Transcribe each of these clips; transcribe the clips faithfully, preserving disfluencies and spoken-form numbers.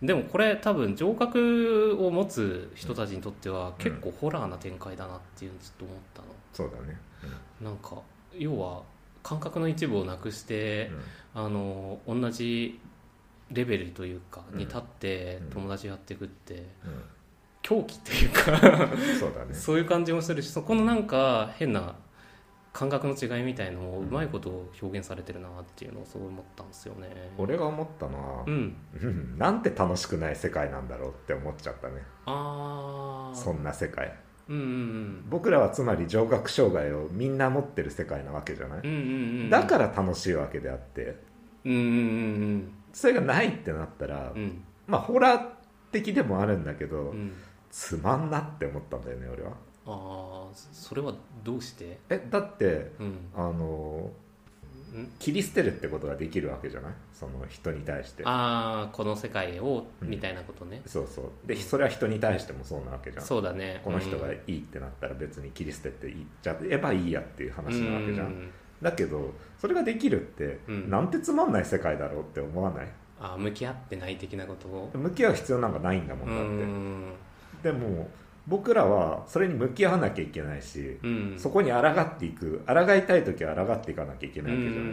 でもこれ多分城郭を持つ人たちにとっては結構ホラーな展開だなっていうのをちょっと思ったの、 そうだね、 うん、なんか要は感覚の一部をなくして、うん、あの同じレベルというかに立って友達やっていくって、うんうん、狂気っていうかそうだね、 そういう感じもするし、そこのなんか変な感覚の違いみたいのをうまいこと表現されてるなっていうのをそう思ったんですよね。 俺が思ったのは、 うん、 なんて楽しくない世界なんだろうって思っちゃったね。 あそんな世界、 うんうんうん、 僕らはつまり聴覚障害をみんな持ってる世界なわけじゃない、 うんうんうん、 だから楽しいわけであって、 うんうんうん、 それがないってなったら、うん、まあホラー的でもあるんだけど、うん、つまんなって思ったんだよね俺は。 ああ、それはどうして？ えだって、 うん、 あの切り捨てるってことができるわけじゃない、その人に対して。 ああ、この世界をみたいなことね、 うん、そうそうで、それは人に対してもそうなわけじゃん。 そうだね、 この人がいいってなったら別に切り捨てていっちゃえばいいやっていう話なわけじゃん、うん、だけどそれができるって、うん、なんてつまんない世界だろうって思わない？ あ、向き合ってない的なことを。 向き合う必要なんかないんだもんだって、うん、でも僕らはそれに向き合わなきゃいけないし、うん、そこに抗っていく、抗いたい時は抗っていかなきゃいけないわけじゃない、うん、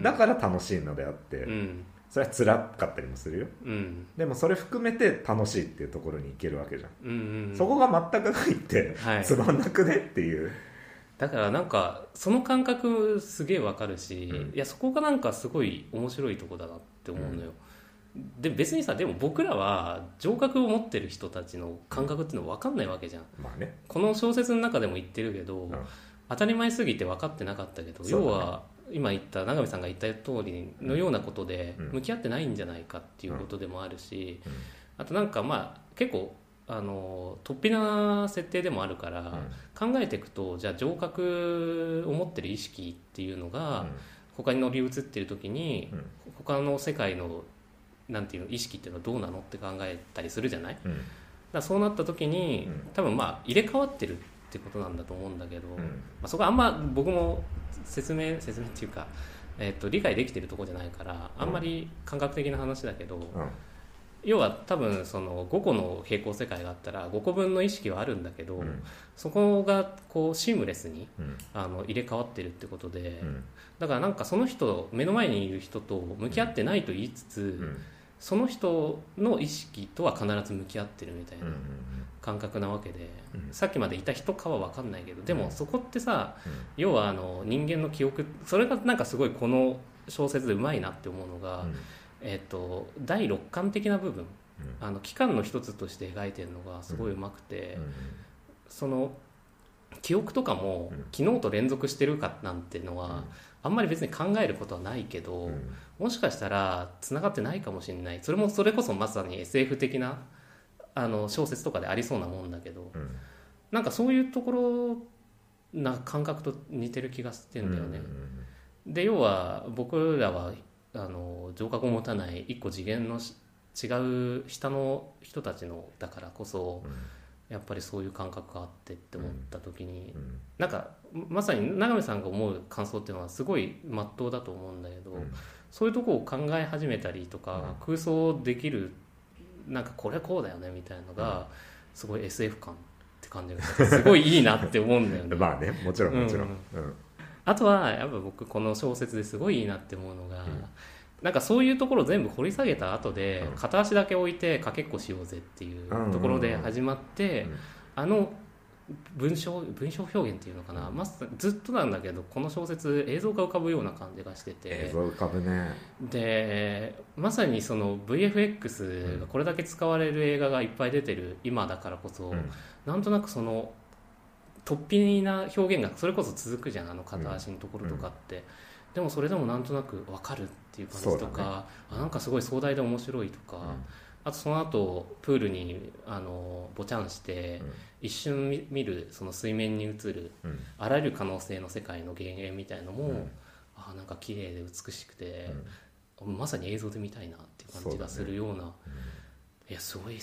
だから楽しいのであって、うん、それは辛かったりもするよ、うん、でもそれ含めて楽しいっていうところに行けるわけじゃん、うんうんうん、そこが全くないって、はい、つまんなくねっていう。 だからなんかその感覚すげえわかるし、うん、いやそこがなんかすごい面白いとこだなって思うのよ、うん、で別にさ、でも僕らは聴覚を持ってる人たちの感覚っていうのは分かんないわけじゃん、 まあね、 この小説の中でも言ってるけど、うん、当たり前すぎて分かってなかったけど、ね、要は今言った永見さんが言った通りのようなことで向き合ってないんじゃないかっていうことでもあるし、うんうん、あとなんかまあ結構あの突飛な設定でもあるから、うん、考えていくと、じゃあ聴覚を持ってる意識っていうのが他に乗り移ってる時に、うん、他の世界のなんていうの意識っていうのはどうなのって考えたりするじゃない、うん、だからそうなった時に、うん、多分まあ入れ替わってるってことなんだと思うんだけど、うん、まあ、そこはあんま僕も説明説明っていうか、えー、と理解できてるところじゃないからあんまり感覚的な話だけど、うん、要は多分そのごこの平行世界があったらごこぶんの意識はあるんだけど、うん、そこがこうシームレスに、うん、あの入れ替わってるってことで、うん、だからなんかその人目の前にいる人と向き合ってないと言いつつ、うん、その人の意識とは必ず向き合ってるみたいな感覚なわけで、うん、さっきまでいた人かは分かんないけど、でもそこってさ、うん、要はあの人間の記憶、それがなんかすごいこの小説でうまいなって思うのが、うん、えー、と第六感的な部分、うん、あの器官の一つとして描いてるのがすごいうまくて、うんうん、その記憶とかも、うん、昨日と連続してるかなんてのは、うん、あんまり別に考えることはないけど、うん、もしかしたらつながってないかもしれない。それもそれこそまさに エスエフ 的なあの小説とかでありそうなもんだけど、うん、なんかそういうところな感覚と似てる気がしてんだよね、うんうんうん、で要は僕らはあの聴覚を持たない一個次元の違う下の人たちのだからこそ、うん、やっぱりそういう感覚があってって思った時に、うん、なんかまさに永見さんが思う感想っていうのはすごい真っ当だと思うんだけど、うん、そういうとこを考え始めたりとか、うん、空想できるなんかこれこうだよねみたいなのが、すごい エスエフ 感って感じがしてすごいいいなって思うんだよねまあね、もちろんもちろん、うんうん、あとはやっぱ僕この小説ですごいいいなって思うのが、うん、なんかそういうところを全部掘り下げた後で、うん、片足だけ置いてかけっこしようぜっていうところで始まって、うんうんうん、あの文章文章表現っていうのかな、ま、ずっとなんだけどこの小説映像が浮かぶような感じがしてて、 映像浮かぶね。でまさにその ブイエフエックス がこれだけ使われる映画がいっぱい出てる今だからこそ、うん、なんとなくその突飛な表現がそれこそ続くじゃん、あの片足のところとかって、うんうん、でもそれでもなんとなく分かるっていう感じとか、ね、あなんかすごい壮大で面白いとか、うん、あとその後プールにあのボチャンして、うん、一瞬見るその水面に映る、うん、あらゆる可能性の世界の幻影みたいのも、うん、あなんか綺麗で美しくて、うん、まさに映像で見たいなっていう感じがするような、う、ね、うん、いやすごいですよ。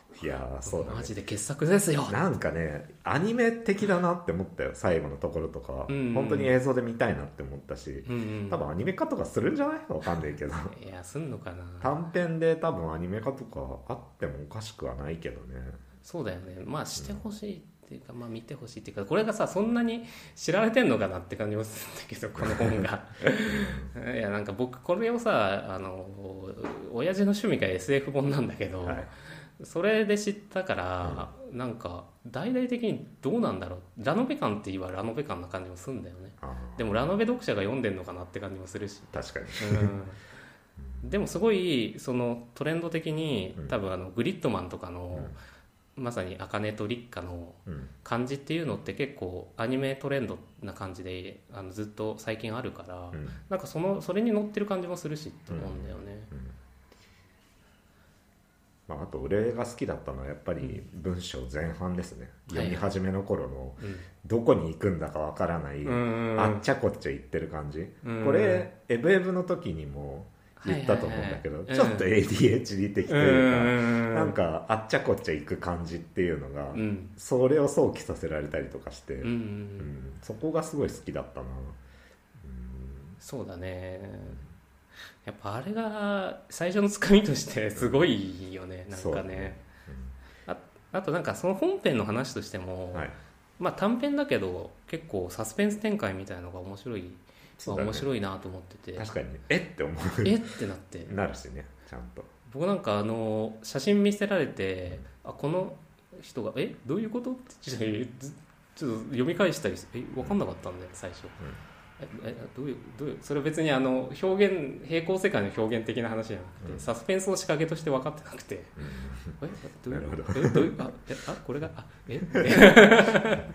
いやーそうだね、 マジで傑作ですよ。 なんかねアニメ的だなって思ったよ最後のところとか、 うんうん、 本当に映像で見たいなって思ったし、 うんうん、 多分アニメ化とかするんじゃないわかんないけどいやすんのかな。 短編で多分アニメ化とかあってもおかしくはないけどね。 そうだよね。まあしてほしいっていうか、うん、まあ見てほしいっていうか、これがさそんなに知られてんのかなって感じもするんだけどこの本がいやなんか僕これをさあの親父の趣味が エスエフ 本なんだけど、はい、それで知ったから、うん、なんか大々的にどうなんだろう、ラノベ感って言えばラノベ感な感じもするんだよね。でもラノベ読者が読んでんのかなって感じもするし、 確かに、 うん、でもすごいそのトレンド的に多分あのグリッドマンとかの、うん、まさに茜と立花の感じっていうのって結構アニメトレンドな感じであのずっと最近あるから、うん、なんかそのそれに乗ってる感じもするしって思うんだよね、うんうんまあ、あと俺が好きだったのはやっぱり文章前半ですね、うん、読み始めの頃のどこに行くんだかわからない、うん、あっちゃこっちゃ言ってる感じ、うん、これエブエブの時にも言ったと思うんだけど、はいはいはい、ちょっと エーディーエイチディー 的というか、うん、なんかあっちゃこっちゃ行く感じっていうのが、うん、それを想起させられたりとかして、うんうんうん、そこがすごい好きだったな、うん、 そうだね。やっぱあれが最初のつかみとしてすごいよね、なんかね、うん、あ, あとなんかその本編の話としても、はい、まあ短編だけど結構サスペンス展開みたいなのが面白い、まあ、面白いなと思ってて、 確かにえって思うえってなってなるしね、ちゃんと僕なんかあの写真見せられて、あこの人がえどういうことってちょっと読み返したりしてえ分かんなかったんだよ最初、うんええどういうどういうそれは別にあの表現平行世界の表現的な話じゃなくて、うん、サスペンスの仕掛けとして分かってなくて、うん、えどういうえどういうあえあこれがあえなるほどね、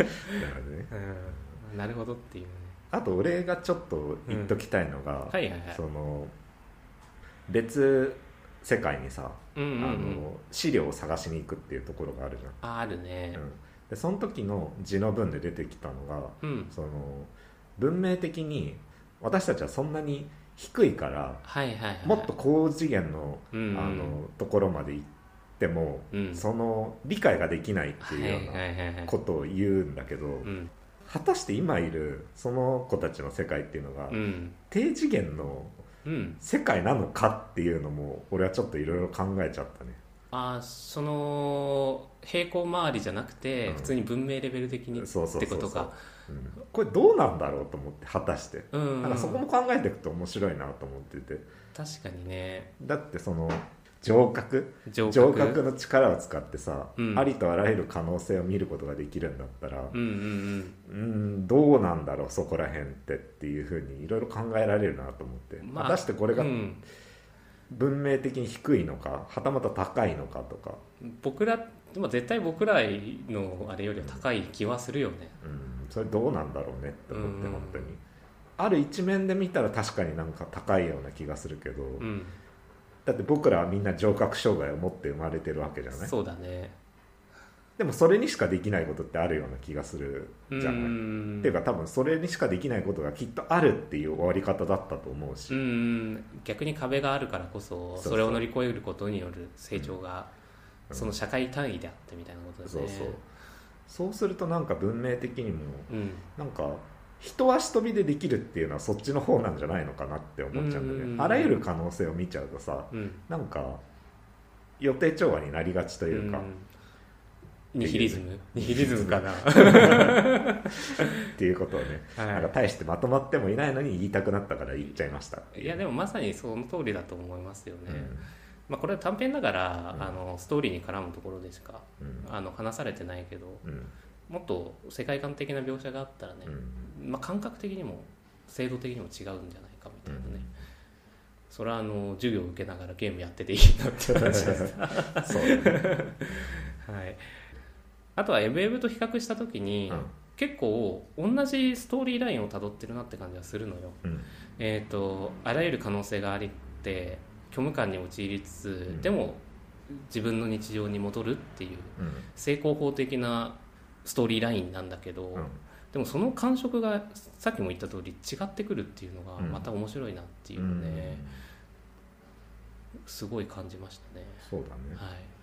うん、なるほどっていうね。 あと俺がちょっと言っときたいのが、うんはいはいはい、その別世界にさ、うんうんうん、あの資料を探しに行くっていうところがあるじゃん。 ああるね、 うん、でその時の字の文で出てきたのが、うん、その文明的に私たちはそんなに低いから、はいはいはい、もっと高次元 の,、うんうん、あのところまで行っても、うん、その理解ができないっていうようなことを言うんだけど、はいはいはいはい、果たして今いるその子たちの世界っていうのが、うん、低次元の世界なのかっていうのも俺はちょっといろいろ考えちゃったね。 あその平行周りじゃなくて、うん、普通に文明レベル的にってことか。 うん、これどうなんだろうと思って果たして、うんうん、なんかそこも考えていくと面白いなと思ってて。 確かにね。 だってその上覚上覚の力を使ってさ、うん、ありとあらゆる可能性を見ることができるんだったら、うんうんうん、うんどうなんだろうそこら辺ってっていうふうにいろいろ考えられるなと思って、まあ、果たしてこれが文明的に低いのかはたまた高いのかとか、 僕らでも絶対僕らのあれよりは高い気はするよね、 うん、それどうなんだろうねって思って、本当にある一面で見たら確かになんか高いような気がするけど、うん、だって僕らはみんな聴覚障害を持って生まれてるわけじゃない。 そうだね。 でもそれにしかできないことってあるような気がするじゃない。っていうか多分それにしかできないことがきっとあるっていう終わり方だったと思うし、 うん逆に壁があるからこそそれを乗り越えることによる成長が、うん、その社会単位であってみたいなことですね。 そうそうそうするとなんか文明的にも、うん、なんか一足飛びでできるっていうのはそっちの方なんじゃないのかなって思っちゃうんだよね。あらゆる可能性を見ちゃうとさ、うん、なんか予定調和になりがちというか、うんニヒリズムニヒリズムかなっていうことをね、はい、なんか大してまとまってもいないのに言いたくなったから言っちゃいました。 いやでもまさにその通りだと思いますよね、うんまあ、これは短編だから、うん、あのストーリーに絡むところでしか、うん、あの話されてないけど、うん、もっと世界観的な描写があったらね、うんまあ、感覚的にも制度的にも違うんじゃないかみたいなね、うん、それはあの授業を受けながらゲームやってていいなって話ですそうだねはいあとはエブエブと比較した時に、うん、結構同じストーリーラインをたどってるなって感じがするのよ、うんえー、とあらゆる可能性がありって虚無感に陥りつつ、うん、でも自分の日常に戻るっていう、うん、成功法的なストーリーラインなんだけど、うん、でもその感触がさっきも言った通り違ってくるっていうのがまた面白いなっていうので、うん、すごい感じましたね。 そうだね、 はい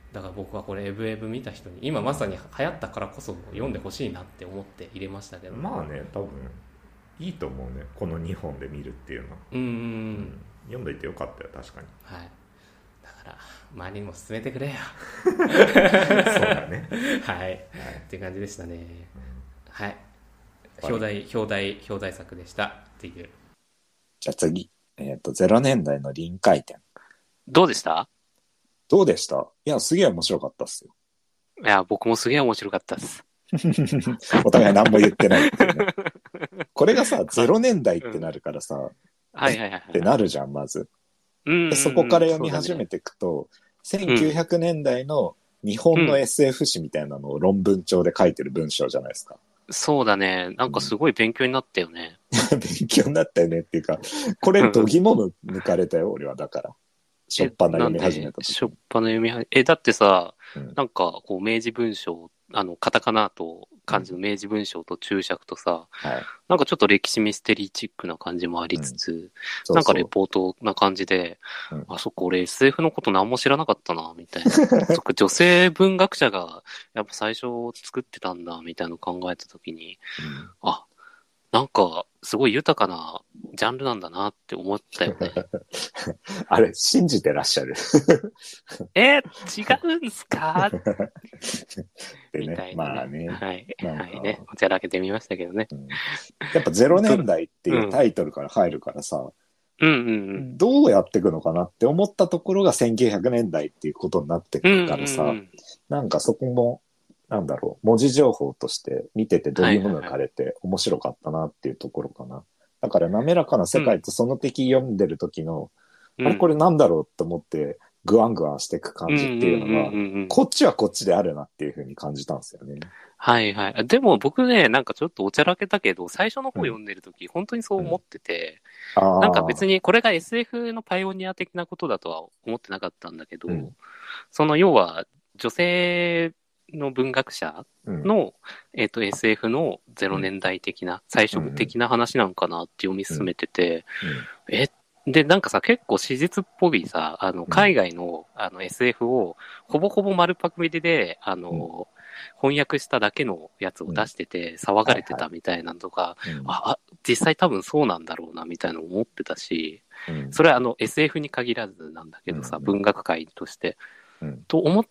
だから僕はこれエブエブ見た人に今まさに流行ったからこそ読んでほしいなって思って入れましたけど、 まあね多分いいと思うねこのにほんで見るっていうのは。 うん、うんうん読んどいてよかったよ確かに。 はい、だから周りにも勧めてくれよそうだねはい、はい、っていう感じでしたね、うん、はい表題表題表題作でしたっていう。 じゃあ次、えっとゼロねんだいの臨界点どうでした？ どうでした？いやすげえ面白かったっすよ。 いや僕もすげえ面白かったっすお互い何も言ってないっていうねこれがさゼロねんだいってなるからさ、うん、 はいはいはい、 ってなるじゃんまず。 うんでそこから読み始めていくと、ね、せんきゅうひゃくねんだいの日本の エスエフ 誌みたいなのを論文帳で書いてる文章じゃないですか。 そうだね。なんかすごい勉強になったよね。 勉強になったよねっていうか、これ度肝も抜かれたよ、俺はだから。しょっぱな読み始めた時。 しょっぱな読み始め、え、だってさ、 うん、 なんかこう明治文章、あの、カタカナと漢字の明治文章と注釈とさ、 うん、はい、 なんかちょっと歴史ミステリーチックな感じもありつつ、うん、そうそうなんかレポートな感じで、うん、あ、そっか、俺 エスエフ のこと何も知らなかったな、みたいな。そっか、女性文学者がやっぱ最初作ってたんだ、みたいなのを考えたときに、うん、あ、なんか、すごい豊かなジャンルなんだなって思ったよね。 あれ、信じてらっしゃるえ、違うんすかでね、 みたいな、ね。 まあね。 はい。はいね。おちゃらけてみましたけどね。 うん、やっぱゼロねんだいっていうタイトルから入るからさ、 うんうんうん、 どうやっていくのかなって思ったところがせんきゅうひゃくねんだいっていうことになってくるからさ、うんうんうん、なんかそこも、なんだろう、文字情報として見ててどぎも抜かれて面白かったなっていうところかな。はいはいはい、だから滑らかな世界とその敵読んでる時の、うん、あれこれなんだろうって思ってグワングワンしていく感じっていうのが、こっちはこっちであるなっていう風に感じたんですよね。 はいはい。でも僕ね、なんかちょっとおちゃらけたけど、最初の方読んでる時、うん、本当にそう思ってて、うん、なんか別にこれが エスエフ のパイオニア的なことだとは思ってなかったんだけど、うん、その要は女性の文学者の、うんえー、と エスエフ のゼロねんだい的な、うん、最初的な話なのかなって読み進めてて、うんうん、えでなんかさ結構史実っぽいさあの海外の,、うん、あの エスエフ をほぼほぼ丸パクリであの、うん、翻訳しただけのやつを出してて騒がれてたみたいなのとか、はいはい、あ実際多分そうなんだろうなみたいなの思ってたし、うん、それはあの エスエフ に限らずなんだけどさ、うん、文学界としてうん、と思って、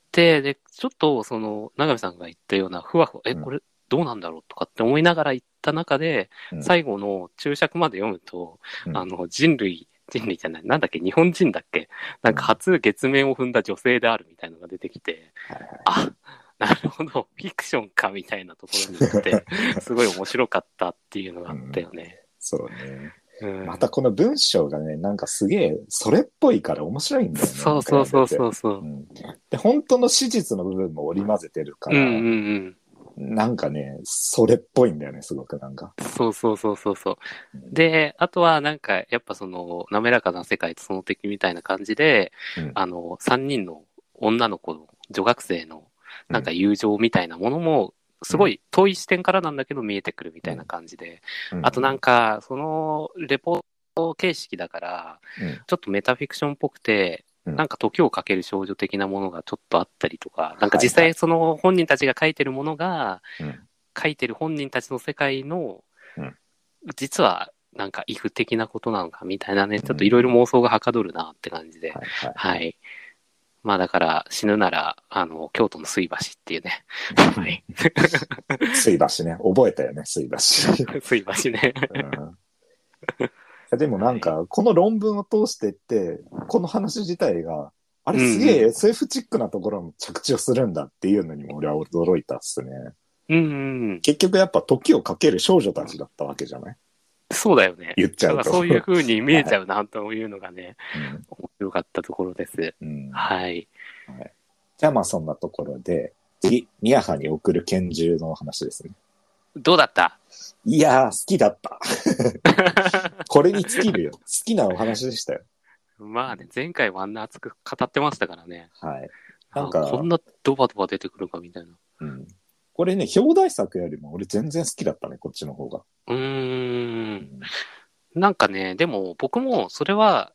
で、ちょっと、その、長見さんが言ったような、ふわふわ、え、これ、どうなんだろうとかって思いながら言った中で、うん、最後の注釈まで読むと、うん、あの、人類、人類じゃない、なんだっけ、日本人だっけ、なんか初月面を踏んだ女性であるみたいなのが出てきて、うん、あ、なるほど、フィクションかみたいなところに行って、すごい面白かったっていうのがあったよね。うん、 そうね。うん、またこの文章がね、なんかすげえそれっぽいから面白いんだよね。 そうそうそうそうそう、うん。 で、本当の史実の部分も織り交ぜてるから、 うんうんうん、 なんかね、それっぽいんだよね、すごくなんか。 そうそうそうそうそう。で、あとはなんかやっぱその滑らかな世界とその敵みたいな感じで、うん、あの、三人の女の子の女学生のなんか友情みたいなものも、すごい遠い視点からなんだけど見えてくるみたいな感じで、うん、あとなんかそのレポート形式だから、うん、ちょっとメタフィクションっぽくて、うん、なんか時をかける少女的なものがちょっとあったりとか、なんか実際その本人たちが書いてるものが、はいはい、書いてる本人たちの世界の、うん、実はなんかイフ的なことなのかみたいなね、ちょっといろいろ妄想がはかどるなって感じで、はい、はいはい、まあだから死ぬなら、あの、京都の水橋っていうね。はい。 水橋ね。覚えたよね、水橋。 水橋ね。 うん、でもなんか、この論文を通してって、この話自体が、あれすげえ エスエフ チックなところの着地をするんだっていうのにも俺は驚いたっすね。 うんうん、 結局やっぱ時をかける少女たちだったわけじゃない？ そうだよね。 言っちゃうと。 だからそういう風に見えちゃうなというのがね、はい、面白かったところです。うん、はい、 はい。じゃあまあそんなところで、次、ミヤハに送る拳銃の話ですね。 どうだった？ いやー、好きだった。これに尽きるよ。好きなお話でしたよ。 まあね、前回はあんな熱く語ってましたからね。 はい。なんか、 こんなドバドバ出てくるかみたいな。 うん。これね、表題作よりも俺全然好きだったね、こっちの方が。 うーん。なんかね、でも僕もそれは、いや、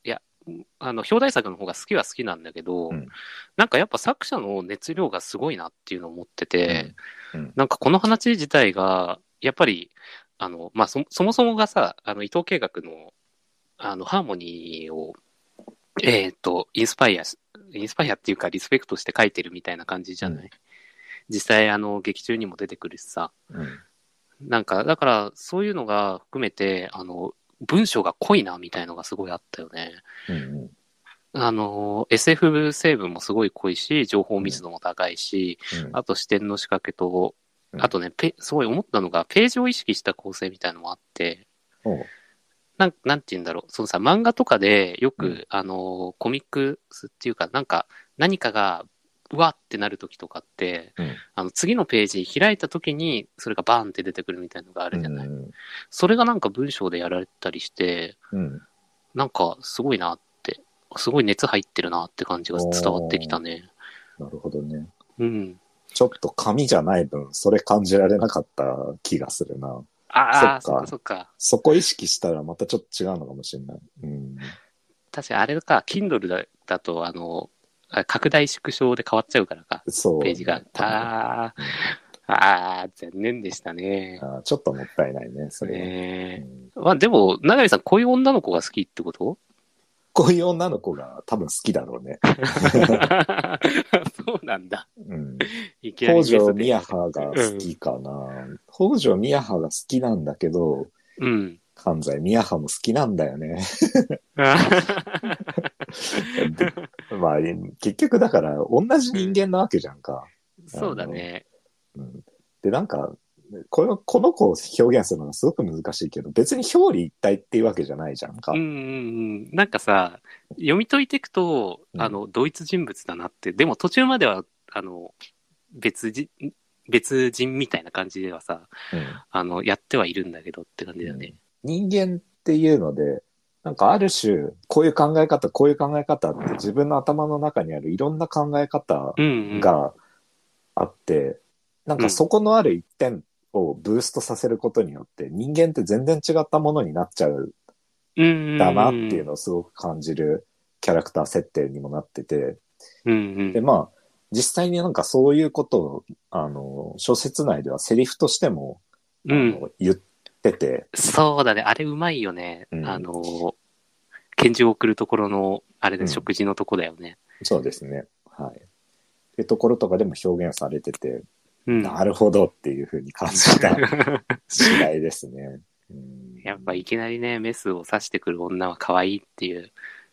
あの、表題作の方が好きは好きなんだけど、うん、なんかやっぱ作者の熱量がすごいなっていうのを思ってて、うんうん、なんかこの話自体が、やっぱり、あの、まあ、そ、そもそもがさ、あの、伊藤計画の、あの、ハーモニーを、えっ、ー、と、インスパイア、インスパイアっていうかリスペクトして書いてるみたいな感じじゃない、うん、実際、あの、劇中にも出てくるしさ、うん、なんか、だから、そういうのが含めて、あの、文章が濃いな、みたいのがすごいあったよね。うんうん、あの、エスエフ 成分もすごい濃いし、情報密度も高いし、うん、あと視点の仕掛けと、あとね、ペすごい思ったのが、ページを意識した構成みたいなのもあって、なん、なんて言うんだろう。そのさ、漫画とかでよく、うん、あの、コミックスっていうか、なんか、何かが、うわってなるときとかって、うん、あの、次のページ開いたときに、それがバーンって出てくるみたいなのがあるじゃない。うん、それがなんか文章でやられたりして、うん、なんか、すごいなって、すごい熱入ってるなって感じが伝わってきたね。 なるほどね。 うん。 ちょっと紙じゃない分、それ感じられなかった気がするな。 ああ、そっかそっか。 そこ意識したらまたちょっと違うのかもしれない。うん、 確かにあれか、Kindle だ, だと、あの、拡大縮小で変わっちゃうからか。そう。ページが。ああ、うん、ああ、残念でしたね。 あちょっともったいないね、それは。 ねうん、まあでも、永見さん、こういう女の子が好きってこと？ こういう女の子が多分好きだろうね。 そうなんだ。 うん。北条宮葉が好きかな。うん、北条宮葉が好きなんだけど、うん。関西宮葉も好きなんだよね。まあ、結局だから同じ人間なわけじゃんか。 うん、そうだね。 うん、で、なんか、この、この子を表現するのがすごく難しいけど、別に表裏一体っていうわけじゃないじゃんか。 うんうんうん。なんかさ、読み解いていくと、うん、あの、同一人物だなって、でも途中までは、あの、別じ、別人みたいな感じではさ、うん、あの、やってはいるんだけどって感じだよね。 うん、人間っていうので、なんかある種、こういう考え方、こういう考え方って自分の頭の中にあるいろんな考え方があって、うんうん、なんかそこのある一点をブーストさせることによって人間って全然違ったものになっちゃうんだなっていうのをすごく感じるキャラクター設定にもなってて、うんうん、でまあ実際になんかそういうことをあの小説内ではセリフとしても、うん、あの言ってて、 そうだね、あれうまいよね、うん、あの拳銃を送るところのあれで食事のとこだよね、 うん、そうですね、はい、っていうところとかでも表現されてて、うん、なるほどっていう風に感じた次第ですね、 うん、やっぱいきなりねメスを刺してくる女は可愛いっていう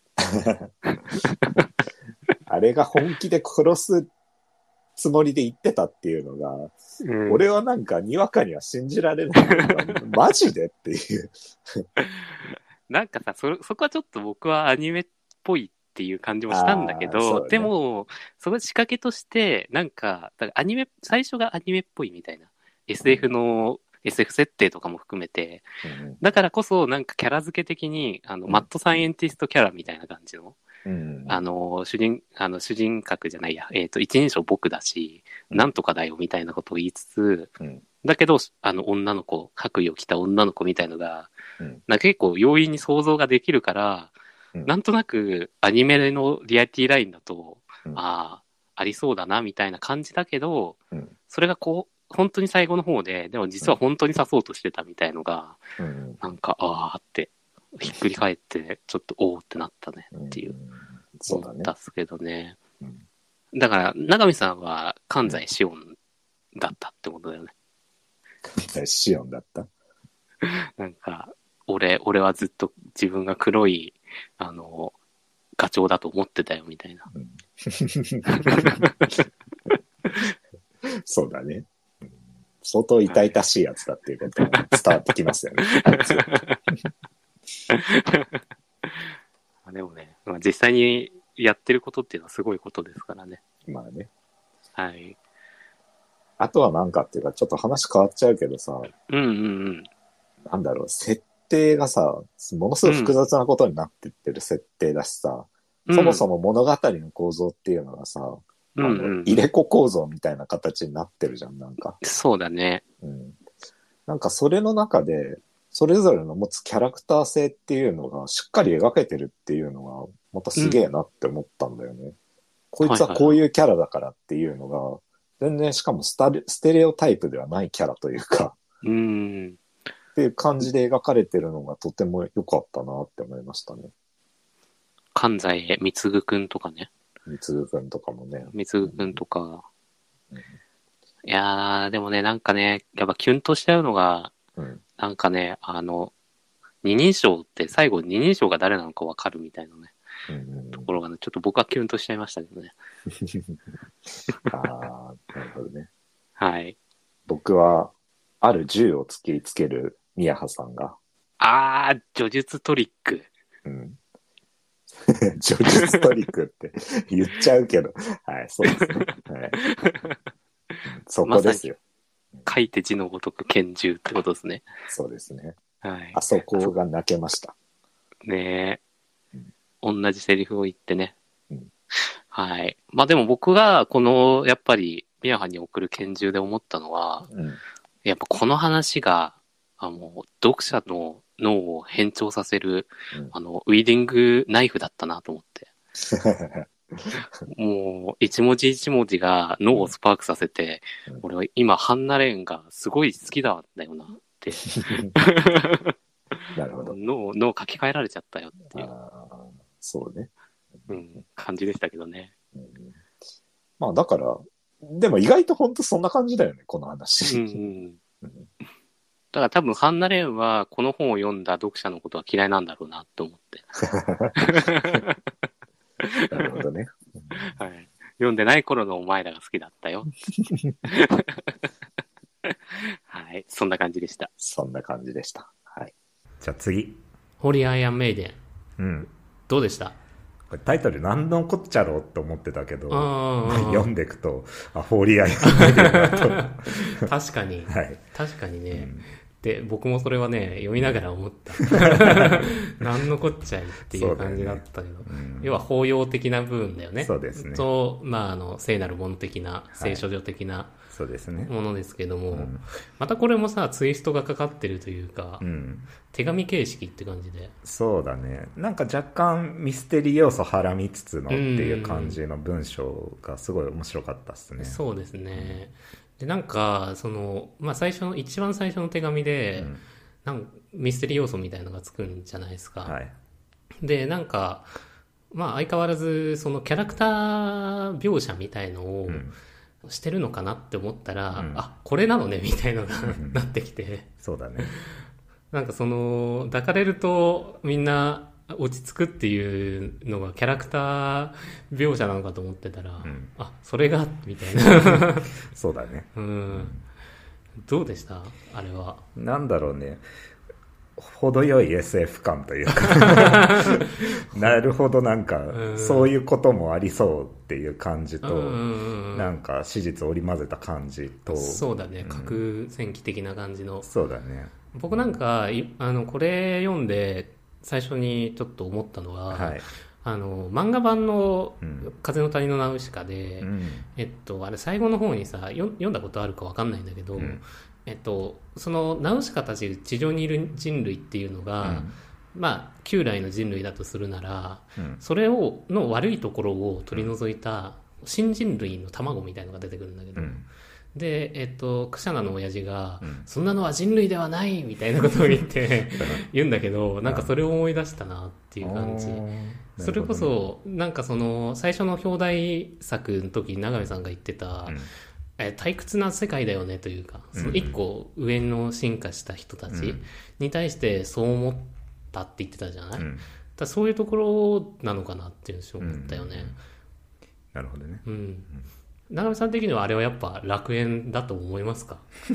あれが本気で殺すつもりで言ってたっていうのが、うん、俺はなんかにわかには信じられないマジでっていうなんかさ そ, そこはちょっと僕はアニメっぽいっていう感じもしたんだけど、ね、でもその仕掛けとしてなんかだからアニメ最初がアニメっぽいみたいな エスエフ の、うん、エスエフ 設定とかも含めて、うん、だからこそなんかキャラ付け的にあの、うん、マッドサイエンティストキャラみたいな感じの、うん、あの主人あの主人格じゃないや、えーと、一人称僕だし、うん、なんとかだよみたいなことを言いつつ、うん、だけどあの女の子白衣を着た女の子みたいのが、うん、なんか結構容易に想像ができるから、うん、なんとなくアニメのリアリティラインだと、うん、ああありそうだなみたいな感じだけど、うん、それがこう本当に最後の方ででも実は本当に刺そうとしてたみたいのが、うん、なんかああってひっくり返ってちょっとおおってなったねっていう、うん、 そうだね。 思ったっすけどね、うん、だから永見さんは関西シオンだったってことだよね。 関西シオンだったなんか俺俺はずっと自分が黒いあのガチョウだと思ってたよみたいな、うん、 そうだね、相当痛々しいやつだっていうことが伝わってきますよねでもね、まあ、実際にやってることっていうのはすごいことですからね。 まあね、 はい。 あとはなんかっていうかちょっと話変わっちゃうけどさ、 うんうんうん、なんだろう、設定がさものすごい複雑なことになってってる設定だしさ、うん、そもそも物語の構造っていうのがさ、うんうんうん、入れ子構造みたいな形になってるじゃん、なんか。 そうだね。 うん。なんかそれの中で、それぞれの持つキャラクター性っていうのがしっかり描けてるっていうのまたすげえなって思ったんだよね。うん、こいつはこういうキャラだからっていうのが、全然しかもスタルステレオタイプではないキャラというか、 うん。 っていう感じで描かれてるのがとても良かったなって思いましたね。 関西貢くんとかね。 貢くんとかもね。 貢くんとか。 うん、いやー、でもね、なんかね、やっぱキュンとしちゃうのが、 うん、 なんかね、あの、二人称って最後二人称が誰なのかわかるみたいなね、 うんうんうん、 ところがね、ちょっと僕はキュンとしちゃいましたけどね。 ああ、なるほどね。 はい。 僕は、ある銃を突きつける宮葉さんが。 あー、叙述トリック。 うん。叙述トリックって言っちゃうけど、はい、そうですね。はい、そこですよ。 書いて字のごとく拳銃ってことですね。 そうですね。 はい。 あそこが泣けました。 ねえ、 うん。 同じセリフを言ってね。 うん、 はい。まあでも僕がこの、やっぱり、宮葉に送る拳銃で思ったのは、 うん、 やっぱこの話が、あの、読者の脳を変調させる、うん、あの、ウィーディングナイフだったなと思って。もう、一文字一文字が脳をスパークさせて、うん、俺は今、ハンナレーンがすごい好きだだよなって。 なるほど。 脳、脳書き換えられちゃったよっていう。 あ、そうね。 うん、感じでしたけどね。 うん、まあだから、でも意外と本当そんな感じだよね、この話。 うんうんうん、だから多分ハンナレーンはこの本を読んだ読者のことは嫌いなんだろうなと思って。 なるほどね、 はい。読んでない頃のお前らが好きだったよ。はい、そんな感じでした。 そんな感じでした。はい。 じゃあ次。 ホリーアイアンメイデン。 うん。 どうでした？ これタイトル何のこっちゃろうと思ってたけど、読んでいくと、あ、ホーリーアイアンメイデンだと。 確かに。 はい。 確かにね。うん、で、僕もそれはね、読みながら思った。何のこっちゃいっていう感じだったけど、ね、うん、要は包容的な部分だよね。 そうですね。 と、まあ、あの、聖なるもの的な、聖書上的な、はい、 そうですね。 ものですけども、 うん、 またこれもさ、ツイストがかかってるというか、 うん、 手紙形式って感じで。 そうだね。なんか若干ミステリー要素はらみつつのっていう感じの文章がすごい面白かったっすね。 そうですね。で、なんか、その、まあ最初の、一番最初の手紙で、うん、なんかミステリー要素みたいなのがつくんじゃないですか。 はい、 で、なんか、まあ相変わらず、そのキャラクター描写みたいのを、うんしてるのかなって思ったら、うん、あ、これなのねみたいのがなってきて、 そうだね。 なんかその抱かれるとみんな落ち着くっていうのがキャラクター描写なのかと思ってたら、うん、あ、それがみたいな。 そうだね。 うん。どうでしたあれは？ なんだろうね。程よい エスエフ 感というかなるほど、なんかそういうこともありそうっていう感じと、なんか史実を織り交ぜた感じと、 そうだね、核戦記的な感じの、うん、 そうだね。 僕なんかあのこれ読んで最初にちょっと思ったのは、はい、あの漫画版の風の谷のナウシカで、うん、えっとあれ最後の方にさ読んだことあるか分かんないんだけど、うんえっと、そのナウシカたち地上にいる人類っていうのが、うん、まあ旧来の人類だとするなら、うん、それをの悪いところを取り除いた新人類の卵みたいのが出てくるんだけど、うん、で、えっと、クシャナの親父が、うん、そんなのは人類ではないみたいなことを言って言うんだけど、なんかそれを思い出したなっていう感じ。それこそなんかその最初の表題作の時に永見さんが言ってた、うん退屈な世界だよねというか、その一個上の進化した人たちに対してそう思ったって言ってたじゃない、うん、だそういうところなのかなっていうのを思ったよね、うんうん、 なるほどね、 うん、永見さん的にはあれはやっぱ楽園だと思いますか？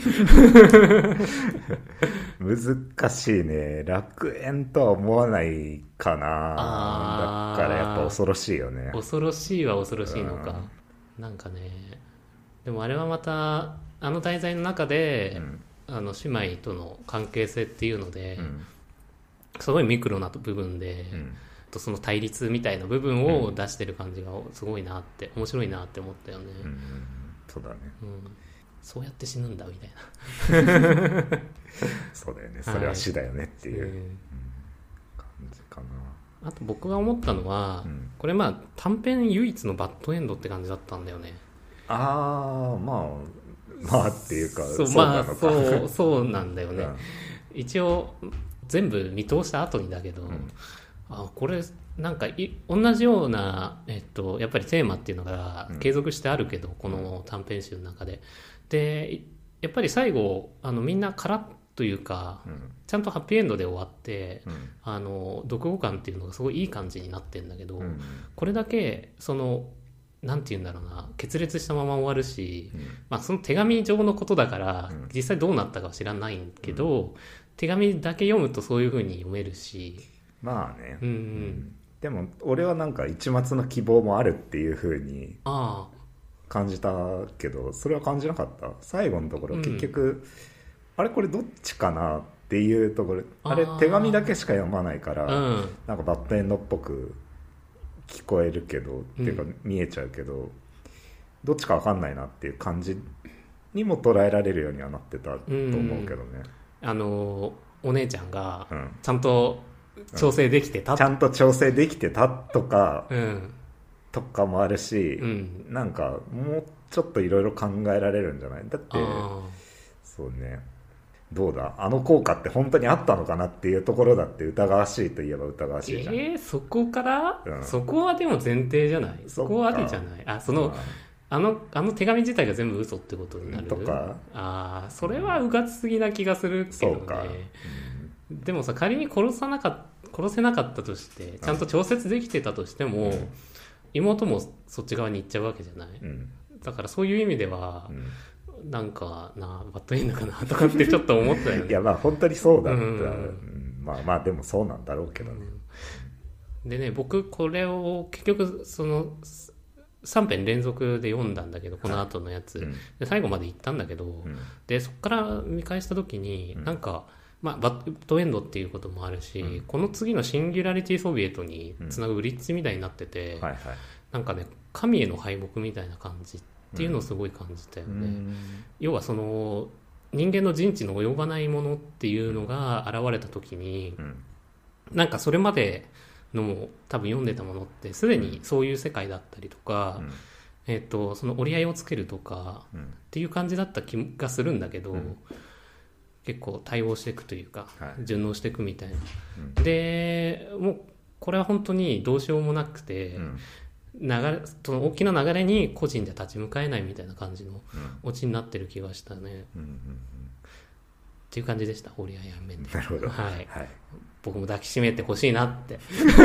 難しいね。楽園とは思わないかな。だからやっぱ恐ろしいよね。 恐ろしいは恐ろしいのか、うん、なんかねでもあれはまたあの題材の中で、うん、あの姉妹との関係性っていうので、うん、すごいミクロな部分で、うん、とその対立みたいな部分を出してる感じがすごいなって面白いなって思ったよね、 うんうん、そうだね、 うん、そうやって死ぬんだみたいなそうだよね、それは死だよねっていう、 はい、 感じかな。 あと僕が思ったのは、うん、これまあ短編唯一のバッドエンドって感じだったんだよね。 ああまあまあっていうかそうそうまあそうそうなんだよね、うん、一応全部見通した後にだけど、うん、あこれなんかい同じような、えっと、やっぱりテーマっていうのが継続してあるけど、うん、この短編集の中ででやっぱり最後あのみんなカラッというか、うん、ちゃんとハッピーエンドで終わって、うん、あの読後感っていうのがすごいいい感じになってるんだけど、うん、これだけそのなんて言うんだろうな決裂したまま終わるし、うんまあ、その手紙上のことだから、うん、実際どうなったかは知らないけど、うん、手紙だけ読むとそういう風に読めるしまあね、 うんうん、 でも俺はなんか一末の希望もあるっていう風に感じたけどそれは感じなかった。最後のところ結局、うん、あれこれどっちかなっていうところあれ手紙だけしか読まないから、うん、なんかバッドエンドっぽく聞こえるけど、うん、っていうか見えちゃうけどどっちか分かんないなっていう感じにも捉えられるようにはなってたと思うけどね、 うん、あのお姉ちゃんがちゃんと調整できてた、 うん、ちゃんと調整できてたとか、 うん、 とかもあるし、うん、なんかもうちょっといろいろ考えられるんじゃないだってそうねどうだあの効果って本当にあったのかなっていうところだって疑わしいといえば疑わしいじゃん。 えー、そこから、うん、そこはでも前提じゃない。そこはあるじゃない。あその、まあ、あのあの手紙自体が全部嘘ってことになるとかあそれはうがつすぎな気がするけどね、うん、でもさ仮に殺さなか殺せなかったとしてちゃんと調節できてたとしても、うん、妹もそっち側に行っちゃうわけじゃない、うん、だからそういう意味では、うんなんかなバッドエンドかなとかってちょっと思ったよねいやまあ本当にそうだった、うん、まあまあでもそうなんだろうけどね、 うん、でね僕これを結局そのさん編連続で読んだんだけどこの後のやつ、はい、で最後まで行ったんだけど、うん、でそこから見返した時に、うん、なんか、まあ、バッドエンドっていうこともあるし、うん、この次のシンギュラリティソビエトにつなぐブリッジみたいになってて、うんはいはい、なんかね神への敗北みたいな感じっていうのをすごい感じたよね、うん、要はその人間の人知の及ばないものっていうのが現れた時に、うん、なんかそれまでの多分読んでたものってすでにそういう世界だったりとか、うんえー、とその折り合いをつけるとかっていう感じだった気がするんだけど、うん、結構対応していくというか、はい、順応していくみたいな、うん、でもうこれは本当にどうしようもなくて、うん流れその大きな流れに個人で立ち向かえないみたいな感じのオチになってる気がしたね、うんうんうんうん、っていう感じでした折り合い面で。 なるほど、 はいはい、僕も抱きしめてほしいなって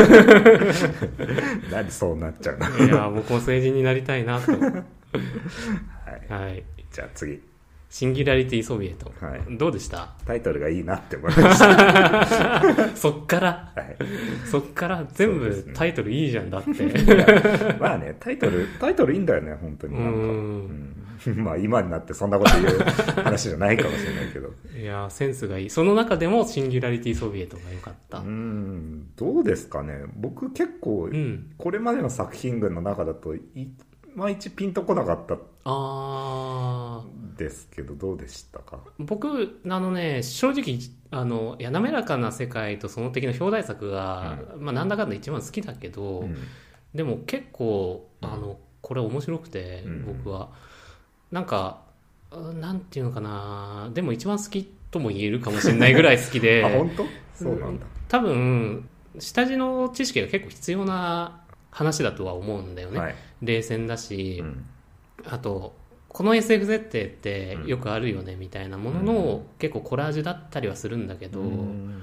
なんでそうなっちゃうのいや僕も成人になりたいなとはい、はい、 じゃあ次シンギュラリティソビエト、はい、どうでした？ タイトルがいいなって思いましたそっから、はい、そっから全部タイトルいいじゃんだってまあねタイトルタイトルいいんだよね本当になんかうん、まあ今になってそんなこと言う話じゃないかもしれないけどいやセンスがいい。その中でもシンギュラリティソビエトが良かった。 うんどうですかね僕結構、うん、これまでの作品群の中だといまいちピンとこなかったあですけどどうでしたか？ 僕あのね正直あのいや滑らかな世界とその敵の表題作が、うんまあ、なんだかんだ一番好きだけど、うん、でも結構あのこれ面白くて、うん、僕はなんかなんていうのかなでも一番好きとも言えるかもしれないぐらい好きであ本当？そうなんだ。 多分下地の知識が結構必要な話だとは思うんだよね、はい、冷戦だし、うん、あとこの エスエフ 設定ってよくあるよねみたいなものの、うん、結構コラージュだったりはするんだけど、うん、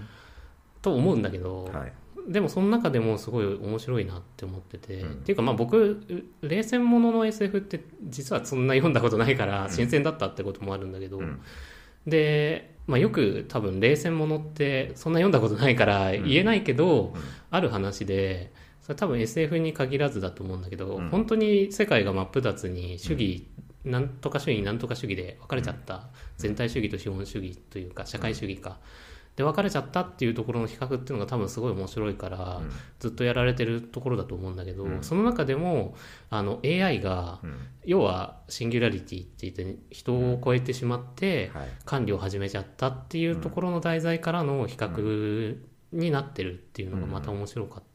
と思うんだけど、はい、でもその中でもすごい面白いなって思ってて、うん、っていうかまあ僕冷戦ものの エスエフ って実はそんな読んだことないから新鮮だったってこともあるんだけど、うん、で、まあ、よく多分冷戦ものってそんな読んだことないから言えないけど、うん、ある話でそれ多分 エスエフ に限らずだと思うんだけど、うん、本当に世界が真っ二つに主義、うん、なんとか主義なんとか主義で分かれちゃった、うん、全体主義と資本主義というか社会主義か、うん、で分かれちゃったっていうところの比較っていうのが多分すごい面白いから、うん、ずっとやられてるところだと思うんだけど、うん、その中でもあの エーアイ が、うん、要はシンギュラリティって言って人を超えてしまって管理を始めちゃったっていうところの題材からの比較になってるっていうのがまた面白かった。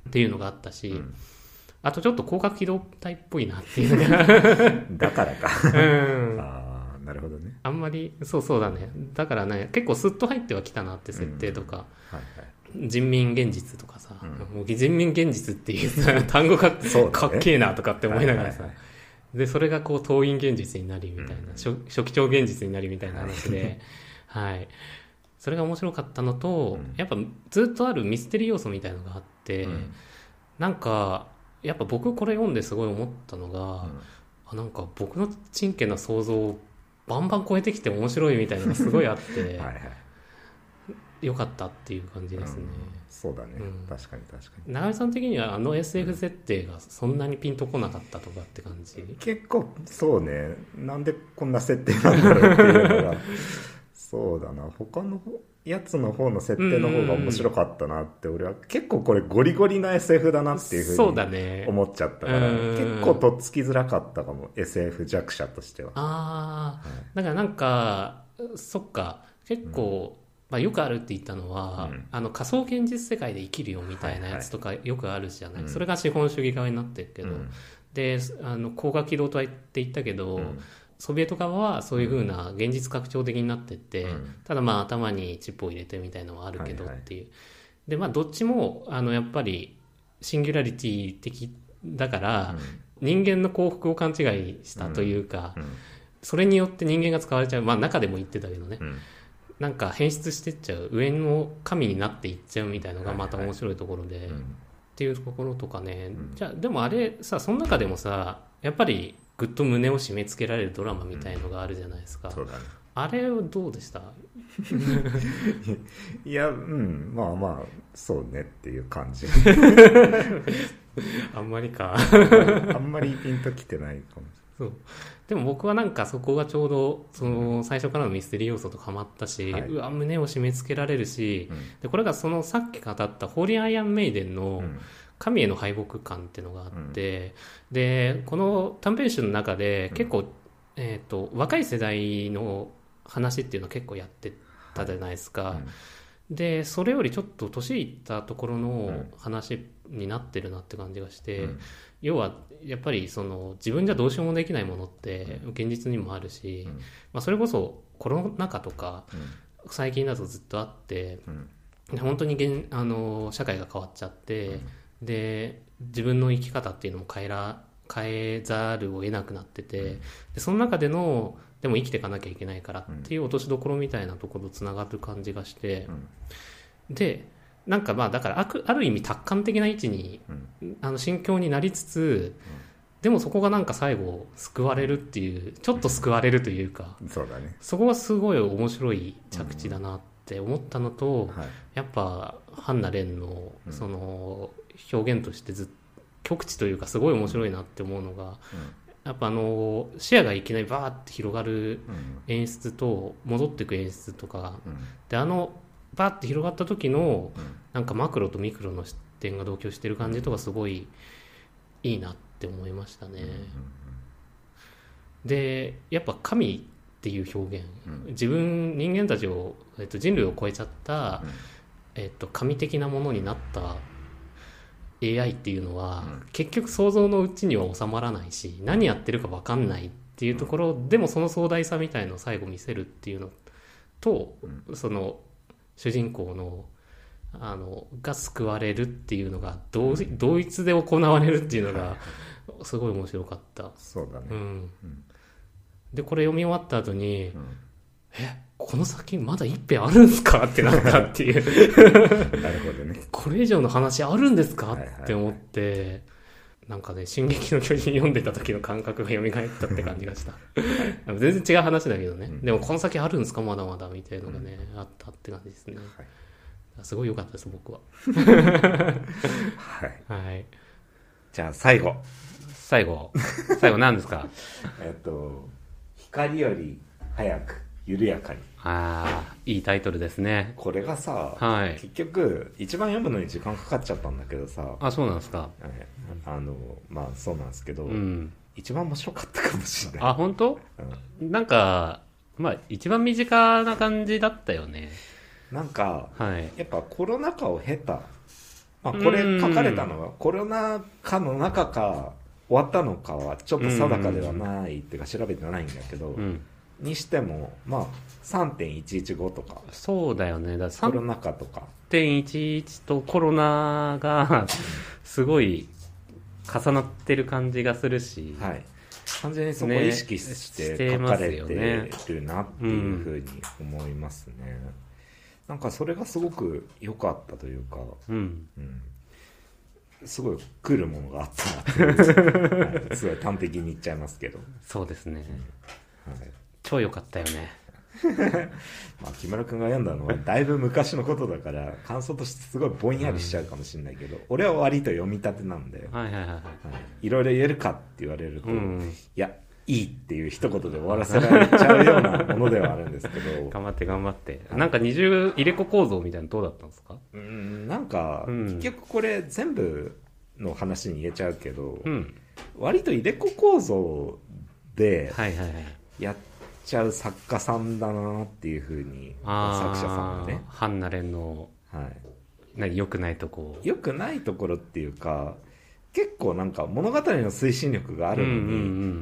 っていうのがあったし、 うん、 あとちょっと広角機動隊っぽいなっていうのがだからか、 うん、 ああなるほどね。 あんまりそうそうだね。だからね結構スッと入ってはきたなって設定とか、うんはいはい、人民現実とかさ、うん、もう人民現実っていうさ単語がかっけえなとかって思いながらさ、はいはいはい、でそれがこう党員現実になりみたいな、うん、初, 初期長現実になりみたいな話ではい、それが面白かったのと、うん、やっぱずっとあるミステリー要素みたいのがあって、うん、なんかやっぱ僕これ読んですごい思ったのが、うん、あなんか僕の真剣な想像をバンバン超えてきて面白いみたいなのがすごいあってはい、はい、よかったっていう感じですね、うん、 そうだね、うん、確かに確かに。 長井さん的にはあの エスエフ 設定がそんなにピンとこなかったとかって感じ？ 結構そうね、なんでこんな設定なんだろうっていうのがそうだな、他のやつの方の設定の方が面白かったなって俺は結構これゴリゴリな エスエフ だなっていうふうに思っちゃったから、結構とっつきづらかったかも エスエフ 弱者としては。 ああ、はい、だからなんかそっか結構、うんまあ、よくあるって言ったのは、うん、あの仮想現実世界で生きるよみたいなやつとかよくあるじゃない、はいはい、それが資本主義側になってるけど、うん、であの高架機動隊って言ったけど、うんソビエト側はそういう風な現実拡張的になってって、うん、ただまあ頭にチップを入れてみたいなのはあるけどっていう、はいはい、でまあどっちもあのやっぱりシンギュラリティ的だから、うん、人間の幸福を勘違いしたというか、うんうん、それによって人間が使われちゃう、まあ中でも言ってたけどね、うん、なんか変質してっちゃう上の神になっていっちゃうみたいなのがまた面白いところで、はいはい、っていうところとかね、うん、じゃあでもあれさその中でもさやっぱりぐっと胸を締め付けられるドラマみたいのがあるじゃないですか、うんそうだね、あれはどうでしたいやうんまあまあそうねっていう感じあんまりかあんまりピンときてないかもしれない。 そうでも僕はなんかそこがちょうどその最初からのミステリー要素とハマったし、はい、うわ胸を締め付けられるし、うん、でこれがそのさっき語ったホーリーアイアンメイデンの、うん神への敗北感っていうのがあって、うん、でこの短編集の中で結構、うんえー、と若い世代の話っていうのを結構やってたじゃないですか、はいうん、でそれよりちょっと年いったところの話になってるなって感じがして、うん、要はやっぱりその自分じゃどうしようもできないものって現実にもあるし、うんまあ、それこそコロナ禍とか、うん、最近だとずっとあって、うん、本当に現あの社会が変わっちゃって、うんで自分の生き方っていうのも変えら変えざるを得なくなってて、うん、でその中でのでも生きていかなきゃいけないからっていう落としどころみたいなところとつながる感じがして、うん、でなんかまあだからあくある意味達観的な位置に、うん、あの心境になりつつ、うん、でもそこがなんか最後救われるっていうちょっと救われるというか、 うん、そうだね、 そこがすごい面白い着地だなって思ったのと、うんはい、やっぱハンナ・レンのその、うん表現としてずっ極地というかすごい面白いなって思うのが、うん、やっぱあの視野がいきなりバーって広がる演出と戻っていく演出とか、うん、であのバーって広がった時の、うん、なんかマクロとミクロの視点が同居してる感じとかすごいいいなって思いましたね、うん、でやっぱ神っていう表現、うん、自分人間たちを、えっと、人類を超えちゃった、うんえっと、神的なものになったエーアイ っていうのは、うん、結局想像のうちには収まらないし何やってるか分かんないっていうところ、うん、でもその壮大さみたいのを最後見せるっていうのと、うん、その主人公のあのが救われるっていうのが同、うん、同一で行われるっていうのがすごい面白かった。 そうだね、 うんうん、でこれ読み終わった後に、うん、えこの先まだ一編あるんですかってなったっていうなるほどね、 これ以上の話あるんですか、はいはいはい、って思ってなんかね進撃の巨人読んでた時の感覚が蘇ったって感じがした全然違う話だけどね、うん、でもこの先あるんですかまだまだみたいなのがね、うん、あったって感じですね、はい、すごい良かったです僕ははい、 はい、 じゃあ最後最後最後何ですかえっと光より早く緩やかに。 ああ、いいタイトルですね。 これがさ、 はい、 結局一番読むのに時間かかっちゃったんだけどさ。 あ、そうなんですか。 はい、あのまあそうなんですけど、うん、一番面白かったかもしれない。 あ、本当？うん、なんかまあ一番身近な感じだったよね。 なんか、はい、やっぱコロナ禍を経たまあ、これ書かれたのはコロナ禍の中か終わったのかはちょっと定かではないっていうか調べてないんだけど、 うん、 にしてもまあ さんてんいちいちご とかそうだよね。だコロナ禍とか さんてんいちいち とコロナがすごい重なってる感じがするし、 はい、完全にそこを意識して書かれてるなっていうふうに思いますね、うん、なんかそれがすごく良かったというか、 うんうん、すごい来るものがあったなっていう、はい、すごい端的に言っちゃいますけどそうですね、 うんはい、 超良かったよねまあ木村君が読んだのはだいぶ昔のことだから感想としてすごいぼんやりしちゃうかもしれないけど、うん、俺は割と読み立てなんで、 はいはいはいはい、 いろいろ言えるかって言われると、うん、いやいいっていう一言で終わらせられちゃうようなものではあるんですけど頑張って頑張って、はい、なんか二重入れ子構造みたいなのどうだったんですか？ うんなんか、うん、結局これ全部の話に言えちゃうけど、うん、割と入れ子構造でやっちゃう作家さんだなっていうふうに作者さんがねハンナレンの、はい、何良くないとこ良くないところっていうか結構なんか物語の推進力があるのに、うんうんうん、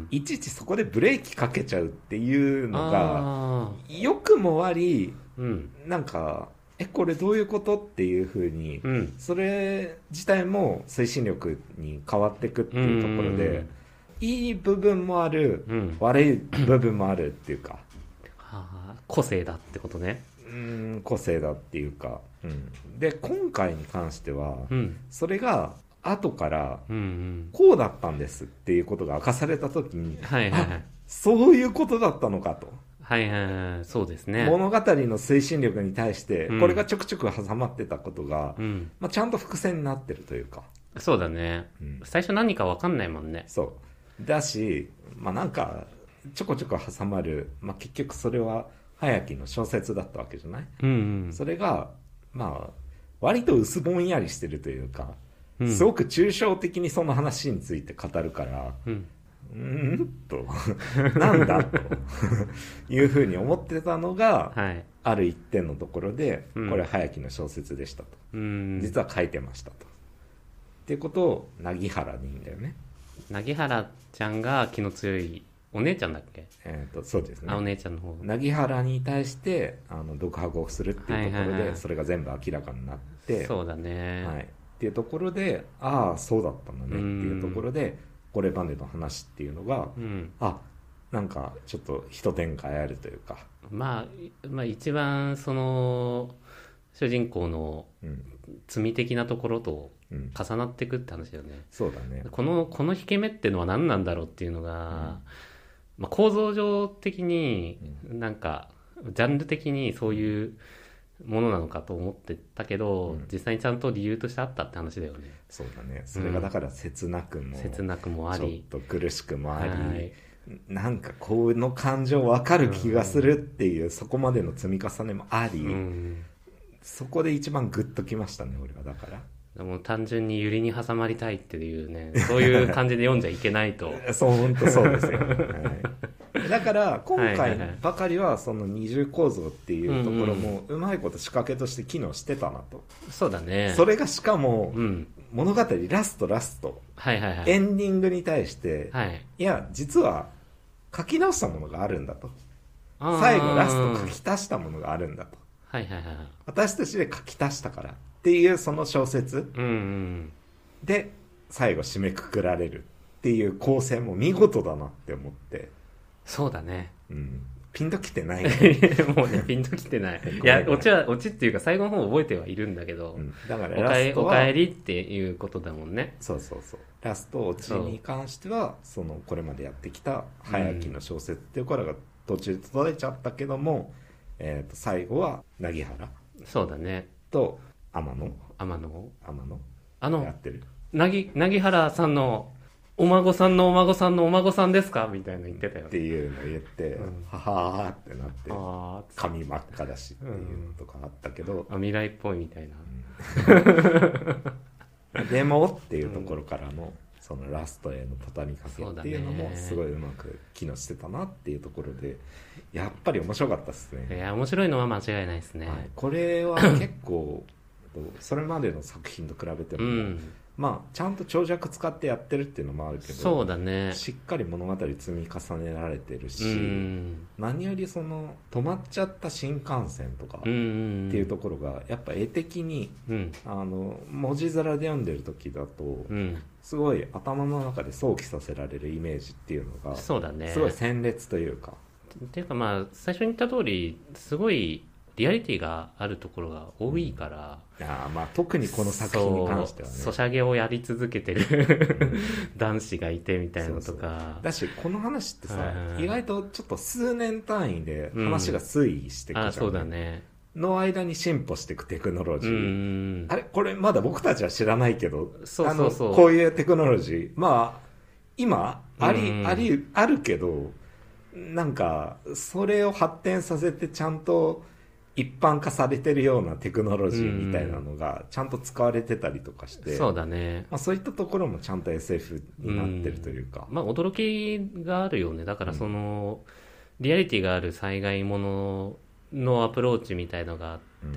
いちいちそこでブレーキかけちゃうっていうのが良くもあり、うん、なんかえこれどういうことっていう風に、うん、それ自体も推進力に変わっていくっていうところで、うんうんうん、いい部分もある、うん、悪い部分もあるっていうか、 はあ、個性だってことね。 うん個性だっていうか、うん、で今回に関しては、うん、それが後からこうだったんですっていうことが明かされた時に、はいはいはい、そういうことだったのかと、 はいはいはい、そうですね。 物語の推進力に対してこれがちょくちょく挟まってたことが、うんまあ、ちゃんと伏線になってるというか。 そうだね、うん、最初何か分かんないもんね。 そうだし、まあ、なんかちょこちょこ挟まる、まあ、結局それは早木の小説だったわけじゃない、うんうん、それがまあ割と薄ぼんやりしてるというか、うん、すごく抽象的にその話について語るから、うんんとなんだというふうに思ってたのが、はい、ある一点のところで、うん、これ早木の小説でしたと、うん、実は書いてましたとっていうことを凪原に言うんだよね。 凪原ちゃんが気の強いお姉ちゃんだっけ？ えー、とそうですね。 あお姉ちゃんの方凪原に対してあの独白をするっていうところで、はいはいはい、それが全部明らかになってそうだね、 はい、っていうところでああそうだったんだねっていうところでこれまでの話っていうのが、うん、あなんかちょっと一展開あるというか、 まあ、まあ一番その主人公の罪的なところと重なっていくって話だよね、うん、 そうだね。 このこの引け目っていうのは何なんだろうっていうのが、うんまあ、構造上的になんかジャンル的にそういうものなのかと思ってたけど、うん、実際にちゃんと理由としてあったって話だよね。 そうだね。それがだから切なくも、 うん、切なくもありちょっと苦しくもあり、はい、なんかこの感情分かる気がするっていう、うん、そこまでの積み重ねもあり、うん、そこで一番グッときましたね俺は。だからでも単純にユリに挟まりたいっていうねそういう感じで読んじゃいけないとそう本当そうですよ、はい、だから今回ばかりはその二重構造っていうところもうまいこと仕掛けとして機能してたなと。 そうだね。 それがしかも物語ラストラスト、はいはいはい、エンディングに対して、はい、いや実は書き直したものがあるんだと、最後ラスト書き足したものがあるんだと、はいはいはい、私たちで書き足したからっていうその小説、うんうん、で最後締めくくられるっていう構成も見事だなって思って。 そうだね、 うん、ピンときてないもうねピンときてないいやオチはオチっていうか最後の方覚えてはいるんだけど、うん、 だからラストはおかえりっていうことだもんね。 そうそうそう。ラストオチに関してはそのこれまでやってきた早木の小説っていうからが途中で途絶えちゃったけども、えー、と最後は凪原そうだねと天野天野天野あのやってる凪原さんのお孫さんのお孫さんのお孫さんですかみたいな言ってたよっていうのを言って、うん、ははーってなって髪真っ赤だしっていうのとかあったけど、 うん、あ未来っぽいみたいな、うん、でもっていうところからの、うん、そのラストへの畳みかけっていうのもすごいうまく機能してたなっていうところでやっぱり面白かったですね。 いや面白いのは間違いないですね、はい、 これは結構とそれまでの作品と比べても、 うん、 まあちゃんと長尺使ってやってるっていうのもあるけど、 そうだね、 しっかり物語積み重ねられてるし、 うん、 何よりその止まっちゃった新幹線とかっていうところがやっぱ絵的に、うん、あの文字面で読んでる時だと、うん、すごい頭の中で想起させられるイメージっていうのがそうだね、 すごい鮮烈というか、 っていうかまあ最初に言った通りすごいリアリティがあるところが多いから、 うん、あまあ特にこの作品に関してはね、 ソシャゲをやり続けてる男子がいてみたいなのとか、そうそうだしこの話ってさ、うん、意外とちょっと数年単位で話が推移していくじゃん、うん、あそうだねの間に進歩していくテクノロジー、うん、あれこれまだ僕たちは知らないけど、そうそうそう、あのこういうテクノロジーまあ今あり、うん、ありあるけどなんかそれを発展させてちゃんと一般化されてるようなテクノロジーみたいなのがちゃんと使われてたりとかして、うん、そうだね、まあ、そういったところもちゃんと エスエフ になってるというか、 うん、まあ驚きがあるよね。だからその、うん、リアリティがある災害もののアプローチみたいのがあって、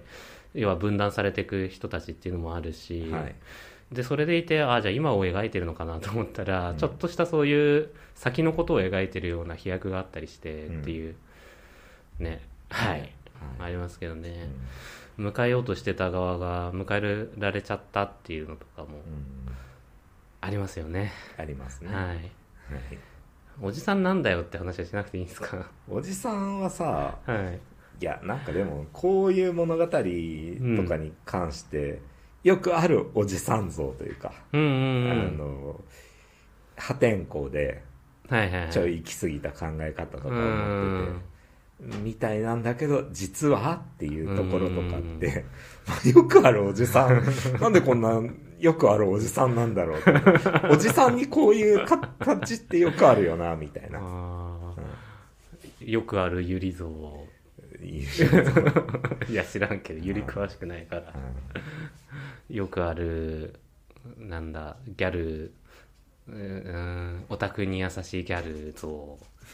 うん、要は分断されていく人たちっていうのもあるし、はい、でそれでいてあじゃあ今を描いてるのかなと思ったら、うん、ちょっとしたそういう先のことを描いてるような飛躍があったりしてっていう、うん、ねはい、はい、ありますけどね、うん、迎えようとしてた側が迎えられちゃったっていうのとかもありますよね、 うん、ありますね、 はい、はい、おじさんなんだよって話はしなくていいんですか。 おじさんはさ、はい、いやなんかでもこういう物語とかに関して、うんよくあるおじさん像というか、うんうんうん、あの破天荒でちょい行き過ぎた考え方とか思ってて、みたいなんだけど実はっていうところとかって、よくあるおじさんなんでこんなよくあるおじさんなんだろうっておじさんにこういう形ってよくあるよなみたいな、あ、 うん、よくあるゆり像いや知らんけどゆり詳しくないから、うん、よくあるなんだギャル、うん、オタクに優しいギャル像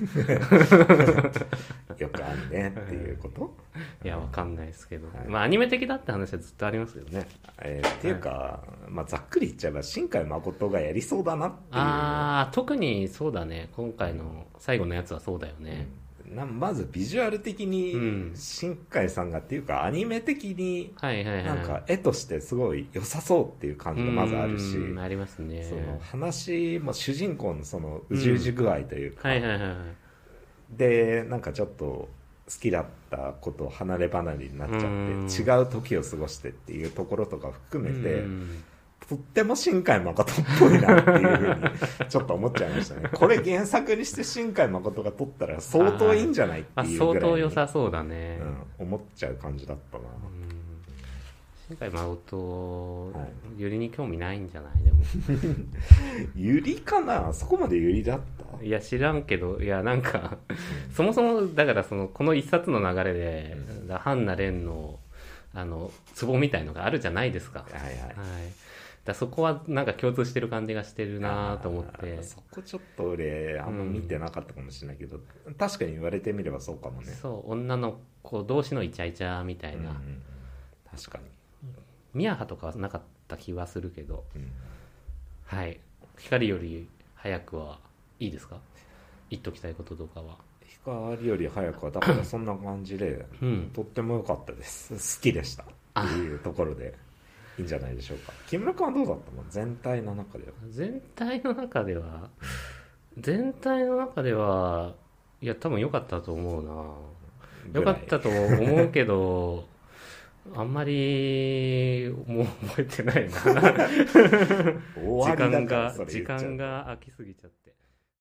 よくあるねっていうこと、 いやわかんないですけど、はい、まあアニメ的だって話はずっとありますよね、 えー、っていうか、はい、まあ、ざっくり言っちゃえば新海誠がやりそうだなっていう。 ああ特にそうだね、今回の最後のやつはそうだよね、 うん、なまずビジュアル的に新海さんがっていうかアニメ的になんか絵としてすごい良さそうっていう感じがまずあるし、 うん、ありますね。 その話も主人公のそのうじうじ具合というか、 うん、はいはいはい、でなんかちょっと好きだったことを離れ離れになっちゃって、うん、違う時を過ごしてっていうところとか含めて、うん、とっても新海誠っぽいなっていうふうにちょっと思っちゃいましたね。これ原作にして新海誠が撮ったら相当いいんじゃないっていうぐらいに、 相当良さそうだね、 うん、思っちゃう感じだったな。うん、 新海誠、はい、ユリに興味ないんじゃないでもユリかな、そこまでユリだった。 いや知らんけど、いやなんかそもそもだからそのこの一冊の流れで、うん、ハンナレンのあのツボみたいのがあるじゃないですか。はいはい、はい、だそこはなんか共通してる感じがしてるなと思って、 そこちょっと俺あんま見てなかったかもしれないけど、うん、確かに言われてみればそうかもね。 そう女の子同士のイチャイチャみたいな、うんうん、 確かにミヤハとかはなかった気はするけど、うん、はい、光より早くはいいですか、言っときたいこととかは。 光より早くはだからそんな感じで、うん、とっても良かったです、好きでしたっていうところでいいんじゃないでしょうか。木村君はどうだったの、全体の中では。 全体の中では全体の中ではいや多分良かったと思うな。良かったと思うけどあんまりもう覚えてないな時間が時間が空きすぎちゃって。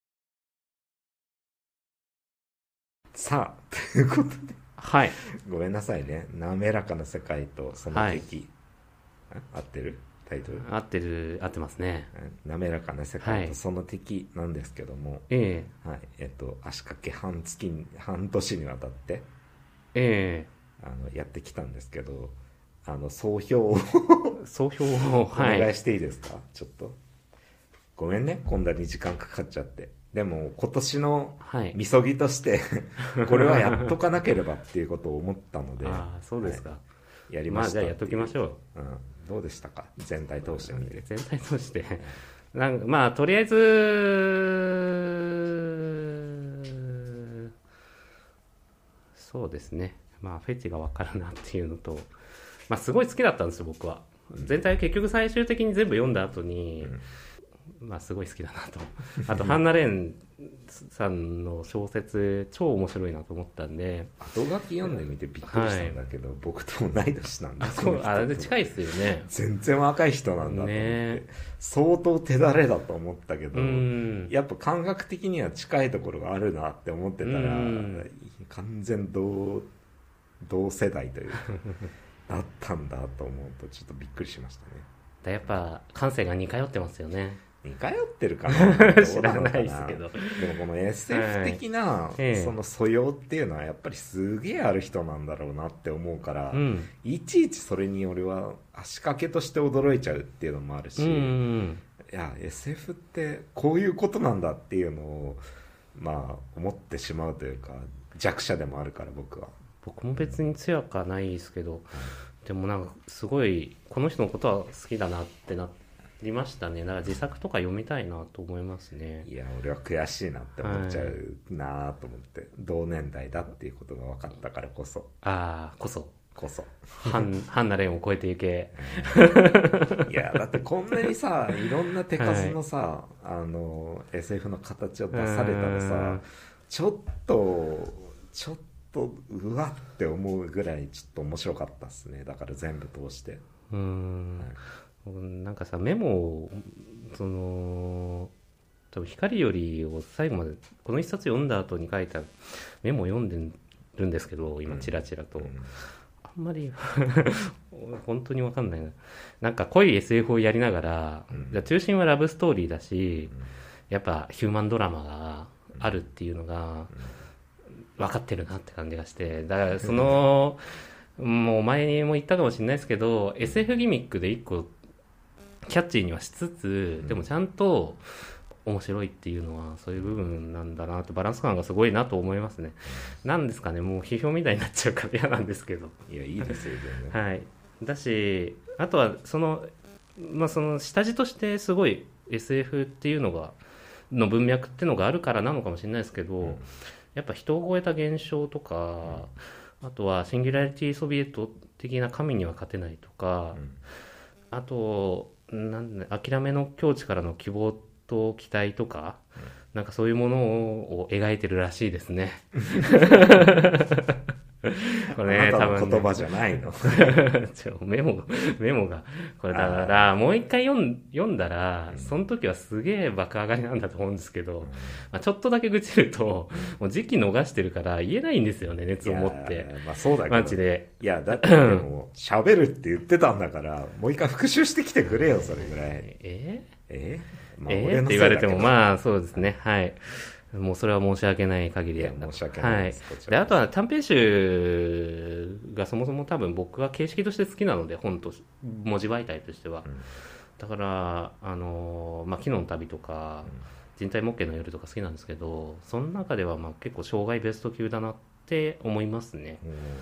さあということで、 はい、 ごめんなさいね、滑らかな世界とその敵、はい、合ってるタイトル合ってる合ってますね。 滑らかな世界とその敵なんですけども、 ええはい、えっと足掛け半月半年にわたってええあのやってきたんですけど、あの総評を総評をお願いしていいですか、はい、ちょっとごめんねこんなに時間かかっちゃって。でも今年のみそぎとして、はい、これはやっとかなければっていうことを思ったのでああそうですか、はい、 やりました。 まあじゃあやっときましょう、うん、どうでしたか全体通してみて。 全体通してなんかまあとりあえずそうですね、まあフェチが分かるなっていうのと、まあすごい好きだったんですよ僕は。全体結局最終的に全部読んだ後に、うん、まあすごい好きだなと。あとハンナ・レーンさんの小説超面白いなと思ったんで、 後書き読んでみてびっくりしたんだけど、はい、僕と同い年なんだ。 あれで近いですよね。 全然若い人なんだと思って、ね、相当手だれだと思ったけど、やっぱ感覚的には近いところがあるなって思ってたら、完全同同世代というかだったんだと思うとちょっとびっくりしましたね。 だやっぱ感性が似通ってますよね。 似通ってるかな知らないですけど。 でもこの エスエフ 的な、はい、その素養っていうのはやっぱりすげえある人なんだろうなって思うから、うん、いちいちそれに俺は足掛けとして驚いちゃうっていうのもあるし、うんうん、いや エスエフ ってこういうことなんだっていうのをまあ思ってしまうというか、弱者でもあるから僕は。 僕も別に強くはないですけど、うん、でもなんかすごいこの人のことは好きだなってなりましたね。だから自作とか読みたいなと思いますね。 いや俺は悔しいなって思っちゃうなと思って、はい、同年代だっていうことが分かったからこそ。 ああこそこそハンナレーンを超えていけいやだってこんなにさいろんな手数のさ、はい、あの エスエフ の形を出されたらさ、ちょっとちょっとうわって思うぐらいちょっと面白かったですね。だから全部通して。 うーん、はい、なんかさメモをその多分光よりを最後までこの一冊読んだ後に書いたメモを読んでるんですけど今チラチラと、うんうん、あんまり本当に分かんないな。なんか濃い エスエフ をやりながら、うん、中心はラブストーリーだし、うん、やっぱヒューマンドラマがあるっていうのが、うん分かってるなって感じがして、だからそのもう前にも言ったかもしれないですけど エスエフ ギミックで一個キャッチーにはしつつでもちゃんと面白いっていうのはそういう部分なんだなと、バランス感がすごいなと思いますね。なんですかね、もう批評みたいになっちゃうから嫌なんですけど。 いやいいですよ全然。 はい。だしあとはそのまあその下地としてすごい エスエフ っていうのがの文脈っていうのがあるからなのかもしれないですけど、うんやっぱ人を超えた現象とか、あとはシンギュラリティソビエト的な神には勝てないとか、うん、あとなんだ諦めの境地からの希望と期待とか、うん、なんかそういうものを描いてるらしいですね。これね、 多分言葉じゃないの。 ちょメモメモがこれだからもう一回読ん読んだら、うん、その時はすげえ爆上がりなんだと思うんですけど、うんまあ、ちょっとだけ愚痴るともう時期逃してるから言えないんですよね、熱を持って。 まあそうだけどマジで。 いやだってでも喋るって言ってたんだからもう一回復習してきてくれよそれぐらい。 ええまあ、えー、って言われてもまあそうですね、はい。もうそれは申し訳ない限りや申し訳ないです、 はい、であとは短編集がそもそも多分僕が形式として好きなので本と文字媒体としては、うん、だからあの、まあ、昨日の旅とか、うん、人体模型の夜とか好きなんですけどその中ではまあ結構生涯ベスト級だなって思いますね。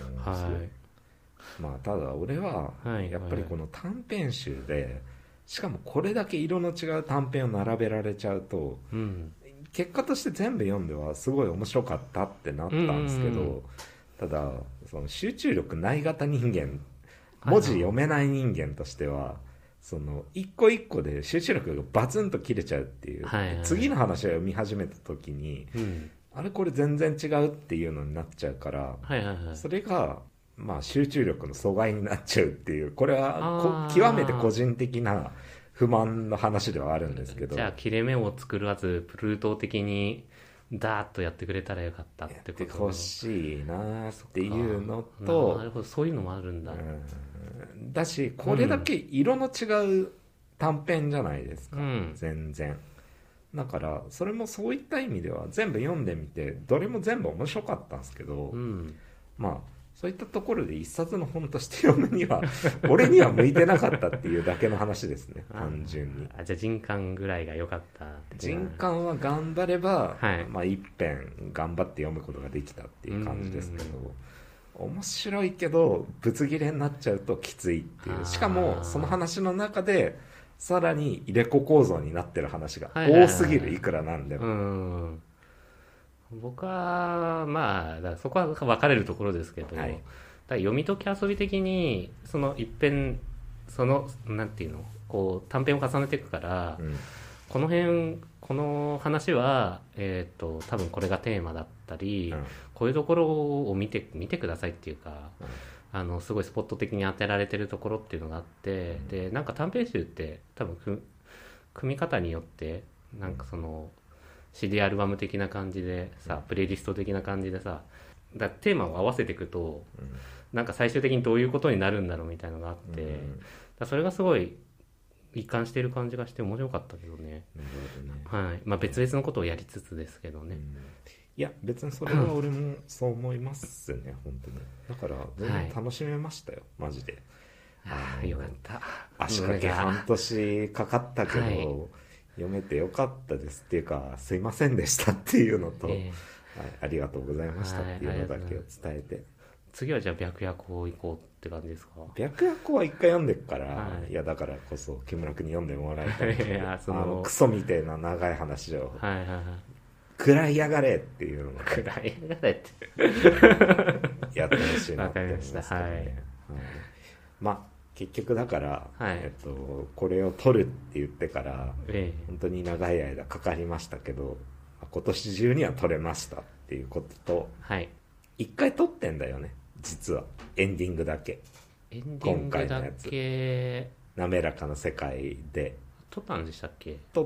はいまあただ俺はやっぱりこの短編集でしかもこれだけ色の違う短編を並べられちゃうと、うん結果として全部読んではすごい面白かったってなったんですけど、うんうんうん、ただその集中力ない型人間文字読めない人間としてはその一個一個で集中力がバツンと切れちゃうっていう、はいはい、次の話を読み始めた時に、うん、あれこれ全然違うっていうのになっちゃうから、 はいはいはい、 それがまあ集中力の阻害になっちゃうっていうこれはこ極めて個人的な不満の話ではあるんですけど、 じゃあ切れ目を作らずプルート的にダーッとやってくれたらよかったってこと。 やってほしいなっていうのと、 なるほどそういうのもあるんだ、 うん、だしこれだけ色の違う短編じゃないですか、うん、全然だからそれもそういった意味では全部読んでみてどれも全部面白かったんですけど、うん、まあそういったところで一冊の本として読むには俺には向いてなかったっていうだけの話ですね単純に。 あじゃあ人感ぐらいが良かったって人感は頑張れば、はいまあ、一編頑張って読むことができたっていう感じですけど、 面白いけどぶつ切れになっちゃうときついっていう。しかもその話の中でさらに入れ子構造になってる話が多すぎる、いくらなんでも。 うん僕はまあだからそこは分かれるところですけど、はい、だから読み解き遊び的にその一遍そのなんていうのこう短編を重ねていくから、うん、この辺この話は、えー、と多分これがテーマだったり、うん、こういうところを見て見てくださいっていうか、うん、あのすごいスポット的に当てられてるところっていうのがあって、うん、でなんか短編集って多分く組み方によってなんかその シーディー アルバム的な感じでさ、プレイリスト的な感じでさ、だテーマを合わせていくと、うん、なんか最終的にどういうことになるんだろうみたいなのがあって、うん、だそれがすごい一貫している感じがして面白かったけどね。なるほどね。はい。まあ別々のことをやりつつですけどね。うん、 いや別にそれは俺もそう思いますね本当に。だから全然楽しめましたよ、はい、マジで。 ああよかった。 足掛け半年かかったけど、はい、読めてよかったですっていうかすいませんでしたっていうのと、えーはい、ありがとうございましたっていうのだけを伝えて、はい、 次はじゃあ白夜行行こうって感じですか。 白夜行は一回読んでっから、はい、いやだからこそ木村君に読んでもらいたいいやそのあのクソみたいな長い話を、はいはいはい、食らいやがれっていうのを食らいやがれってやってほしいなって思いますけどね。わかりました、はいはい、まあ結局だから、はいえっと、これを取るって言ってから、ええ、本当に長い間かかりましたけど今年中には取れましたっていうことと、はい、一回取ってんだよね実はエンディングだけ。 エンディングだけ今回のやつ滑らかな世界で取ったんでしたっけ。 取って、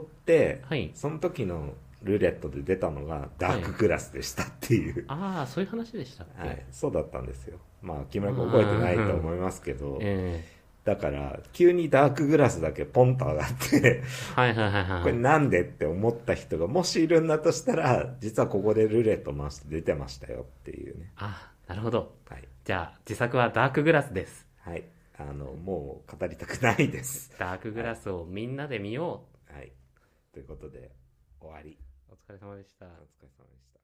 はい、その時のルーレットで出たのがダークグラスでしたっていう、 はい、ああそういう話でしたっけ。 はい、そうだったんですよ。まあ木村君覚えてないと思いますけど、えーだから急にダークグラスだけポンと上がってはいはいはい、はい、これなんでって思った人がもしいるんだとしたら実はここでルーレット回して出てましたよっていうね。 あなるほど、はい、じゃあ自作はダークグラスです。 はいあのもう語りたくないです。 ダークグラスをみんなで見よう、 はい、はい、ということで終わり。 お疲れ様でした。お疲れ様でした。